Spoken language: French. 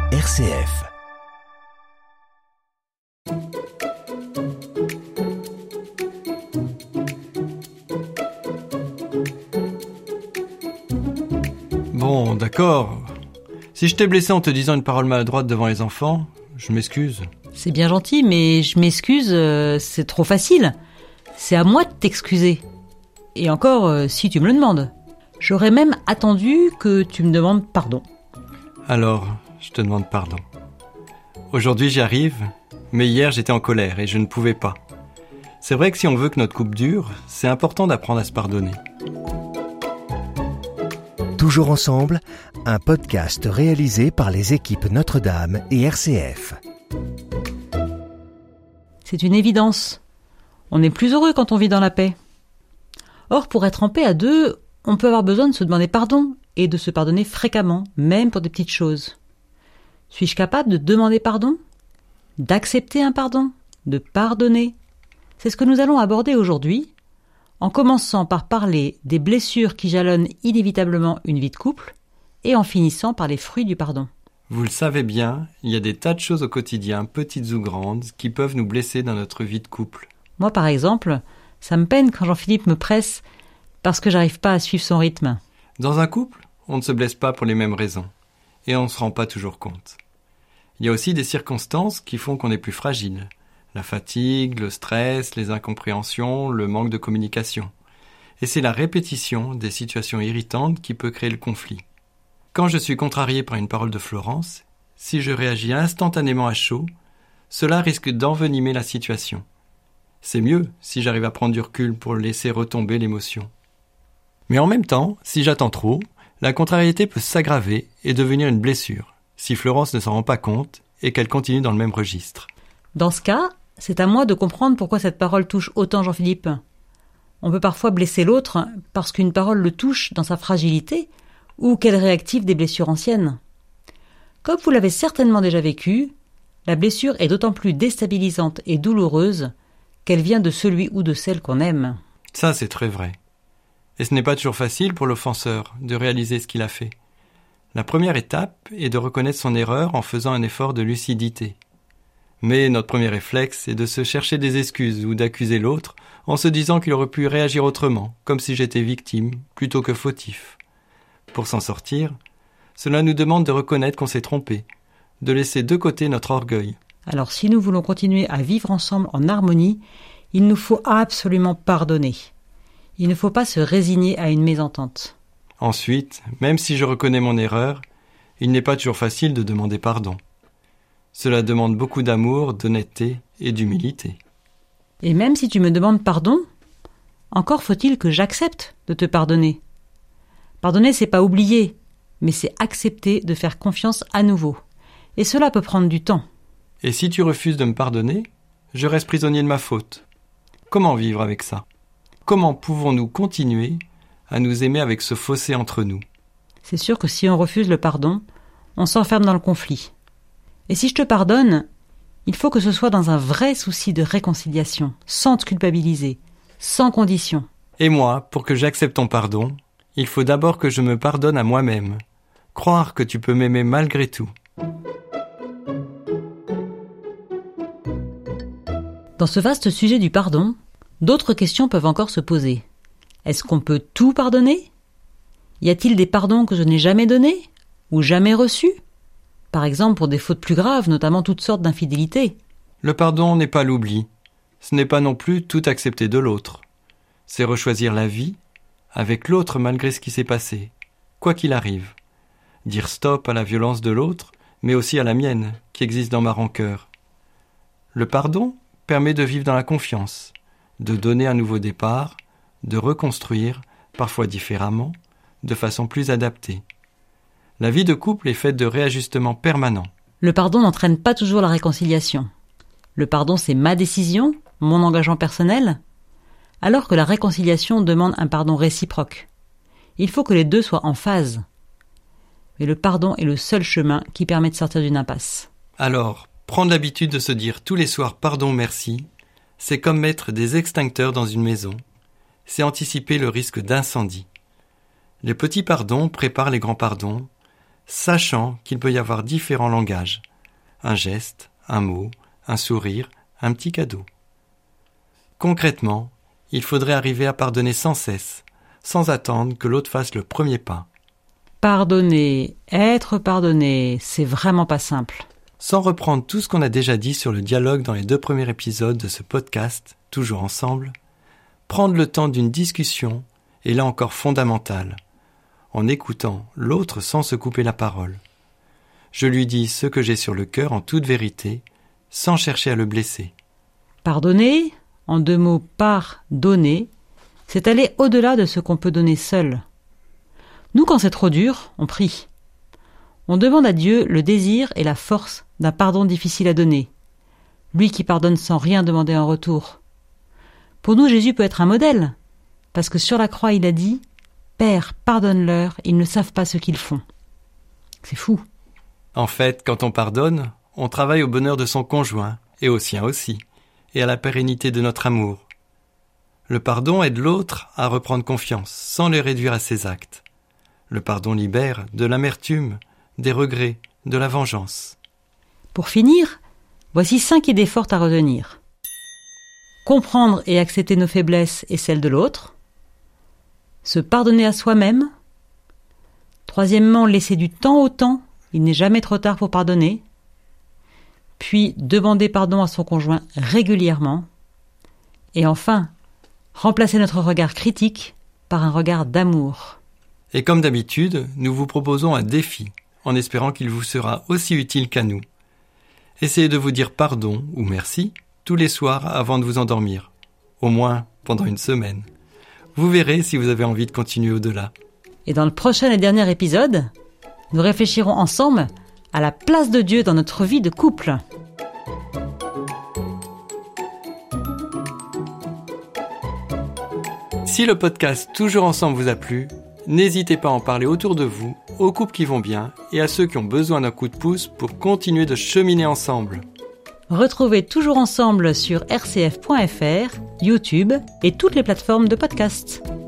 RCF. Bon, d'accord. Si je t'ai blessé en te disant une parole maladroite devant les enfants, je m'excuse. C'est bien gentil, mais je m'excuse, c'est trop facile. C'est à moi de t'excuser. Et encore, si tu me le demandes. J'aurais même attendu que tu me demandes pardon. Alors, je te demande pardon. Aujourd'hui, j'y arrive, mais hier, j'étais en colère et je ne pouvais pas. C'est vrai que si on veut que notre couple dure, c'est important d'apprendre à se pardonner. Toujours ensemble, un podcast réalisé par les équipes Notre-Dame et RCF. C'est une évidence. On est plus heureux quand on vit dans la paix. Or, pour être en paix à deux, on peut avoir besoin de se demander pardon et de se pardonner fréquemment, même pour des petites choses. Suis-je capable de demander pardon ? D'accepter un pardon ? De pardonner ? C'est ce que nous allons aborder aujourd'hui, en commençant par parler des blessures qui jalonnent inévitablement une vie de couple et en finissant par les fruits du pardon. Vous le savez bien, il y a des tas de choses au quotidien, petites ou grandes, qui peuvent nous blesser dans notre vie de couple. Moi, par exemple, ça me peine quand Jean-Philippe me presse parce que j'arrive pas à suivre son rythme. Dans un couple, on ne se blesse pas pour les mêmes raisons, et on ne se rend pas toujours compte. Il y a aussi des circonstances qui font qu'on est plus fragile. La fatigue, le stress, les incompréhensions, le manque de communication. Et c'est la répétition des situations irritantes qui peut créer le conflit. Quand je suis contrarié par une parole de Florence, si je réagis instantanément à chaud, cela risque d'envenimer la situation. C'est mieux si j'arrive à prendre du recul pour laisser retomber l'émotion. Mais en même temps, si j'attends trop, la contrariété peut s'aggraver et devenir une blessure, si Florence ne s'en rend pas compte et qu'elle continue dans le même registre. Dans ce cas, c'est à moi de comprendre pourquoi cette parole touche autant Jean-Philippe. On peut parfois blesser l'autre parce qu'une parole le touche dans sa fragilité ou qu'elle réactive des blessures anciennes. Comme vous l'avez certainement déjà vécu, la blessure est d'autant plus déstabilisante et douloureuse qu'elle vient de celui ou de celle qu'on aime. Ça, c'est très vrai. Et ce n'est pas toujours facile pour l'offenseur de réaliser ce qu'il a fait. La première étape est de reconnaître son erreur en faisant un effort de lucidité. Mais notre premier réflexe est de se chercher des excuses ou d'accuser l'autre en se disant qu'il aurait pu réagir autrement, comme si j'étais victime, plutôt que fautif. Pour s'en sortir, cela nous demande de reconnaître qu'on s'est trompé, de laisser de côté notre orgueil. Alors si nous voulons continuer à vivre ensemble en harmonie, il nous faut absolument pardonner. Il ne faut pas se résigner à une mésentente. Ensuite, même si je reconnais mon erreur, il n'est pas toujours facile de demander pardon. Cela demande beaucoup d'amour, d'honnêteté et d'humilité. Et même si tu me demandes pardon, encore faut-il que j'accepte de te pardonner. Pardonner, c'est pas oublier, mais c'est accepter de faire confiance à nouveau. Et cela peut prendre du temps. Et si tu refuses de me pardonner, je reste prisonnier de ma faute. Comment vivre avec ça ? Comment pouvons-nous continuer à nous aimer avec ce fossé entre nous ? C'est sûr que si on refuse le pardon, on s'enferme dans le conflit. Et si je te pardonne, il faut que ce soit dans un vrai souci de réconciliation, sans te culpabiliser, sans condition. Et moi, pour que j'accepte ton pardon, il faut d'abord que je me pardonne à moi-même. Croire que tu peux m'aimer malgré tout. Dans ce vaste sujet du pardon, d'autres questions peuvent encore se poser. Est-ce qu'on peut tout pardonner ? Y a-t-il des pardons que je n'ai jamais donnés ou jamais reçus ? Par exemple pour des fautes plus graves, notamment toutes sortes d'infidélités. Le pardon n'est pas l'oubli. Ce n'est pas non plus tout accepter de l'autre. C'est rechoisir la vie avec l'autre malgré ce qui s'est passé, quoi qu'il arrive. Dire stop à la violence de l'autre, mais aussi à la mienne, qui existe dans ma rancœur. Le pardon permet de vivre dans la confiance, de donner un nouveau départ, de reconstruire, parfois différemment, de façon plus adaptée. La vie de couple est faite de réajustements permanents. Le pardon n'entraîne pas toujours la réconciliation. Le pardon, c'est ma décision, mon engagement personnel, alors que la réconciliation demande un pardon réciproque. Il faut que les deux soient en phase. Mais le pardon est le seul chemin qui permet de sortir d'une impasse. Alors, prendre l'habitude de se dire tous les soirs « pardon, merci », c'est comme mettre des extincteurs dans une maison. C'est anticiper le risque d'incendie. Les petits pardons préparent les grands pardons, sachant qu'il peut y avoir différents langages. Un geste, un mot, un sourire, un petit cadeau. Concrètement, il faudrait arriver à pardonner sans cesse, sans attendre que l'autre fasse le premier pas. Pardonner, être pardonné, c'est vraiment pas simple. Sans reprendre tout ce qu'on a déjà dit sur le dialogue dans les 2 premiers épisodes de ce podcast, toujours ensemble, prendre le temps d'une discussion est là encore fondamental, en écoutant l'autre sans se couper la parole. Je lui dis ce que j'ai sur le cœur en toute vérité, sans chercher à le blesser. Pardonner, en 2 mots pardonner, c'est aller au-delà de ce qu'on peut donner seul. Nous, quand c'est trop dur, on prie. On demande à Dieu le désir et la force d'un pardon difficile à donner. Lui qui pardonne sans rien demander en retour. Pour nous, Jésus peut être un modèle, parce que sur la croix, il a dit « Père, pardonne-leur, ils ne savent pas ce qu'ils font. » C'est fou. En fait, quand on pardonne, on travaille au bonheur de son conjoint, et au sien aussi, et à la pérennité de notre amour. Le pardon aide l'autre à reprendre confiance, sans le réduire à ses actes. Le pardon libère de l'amertume, des regrets, de la vengeance. Pour finir, voici 5 idées fortes à retenir. Comprendre et accepter nos faiblesses et celles de l'autre. Se pardonner à soi-même. 3, laisser du temps au temps. Il n'est jamais trop tard pour pardonner. Puis, demander pardon à son conjoint régulièrement. Et enfin, remplacer notre regard critique par un regard d'amour. Et comme d'habitude, nous vous proposons un défi, en espérant qu'il vous sera aussi utile qu'à nous. Essayez de vous dire pardon ou merci tous les soirs avant de vous endormir, au moins pendant 1 semaine. Vous verrez si vous avez envie de continuer au-delà. Et dans le prochain et dernier épisode, nous réfléchirons ensemble à la place de Dieu dans notre vie de couple. Si le podcast Toujours Ensemble vous a plu, n'hésitez pas à en parler autour de vous, aux couples qui vont bien et à ceux qui ont besoin d'un coup de pouce pour continuer de cheminer ensemble. Retrouvez Toujours Ensemble sur rcf.fr, YouTube et toutes les plateformes de podcast.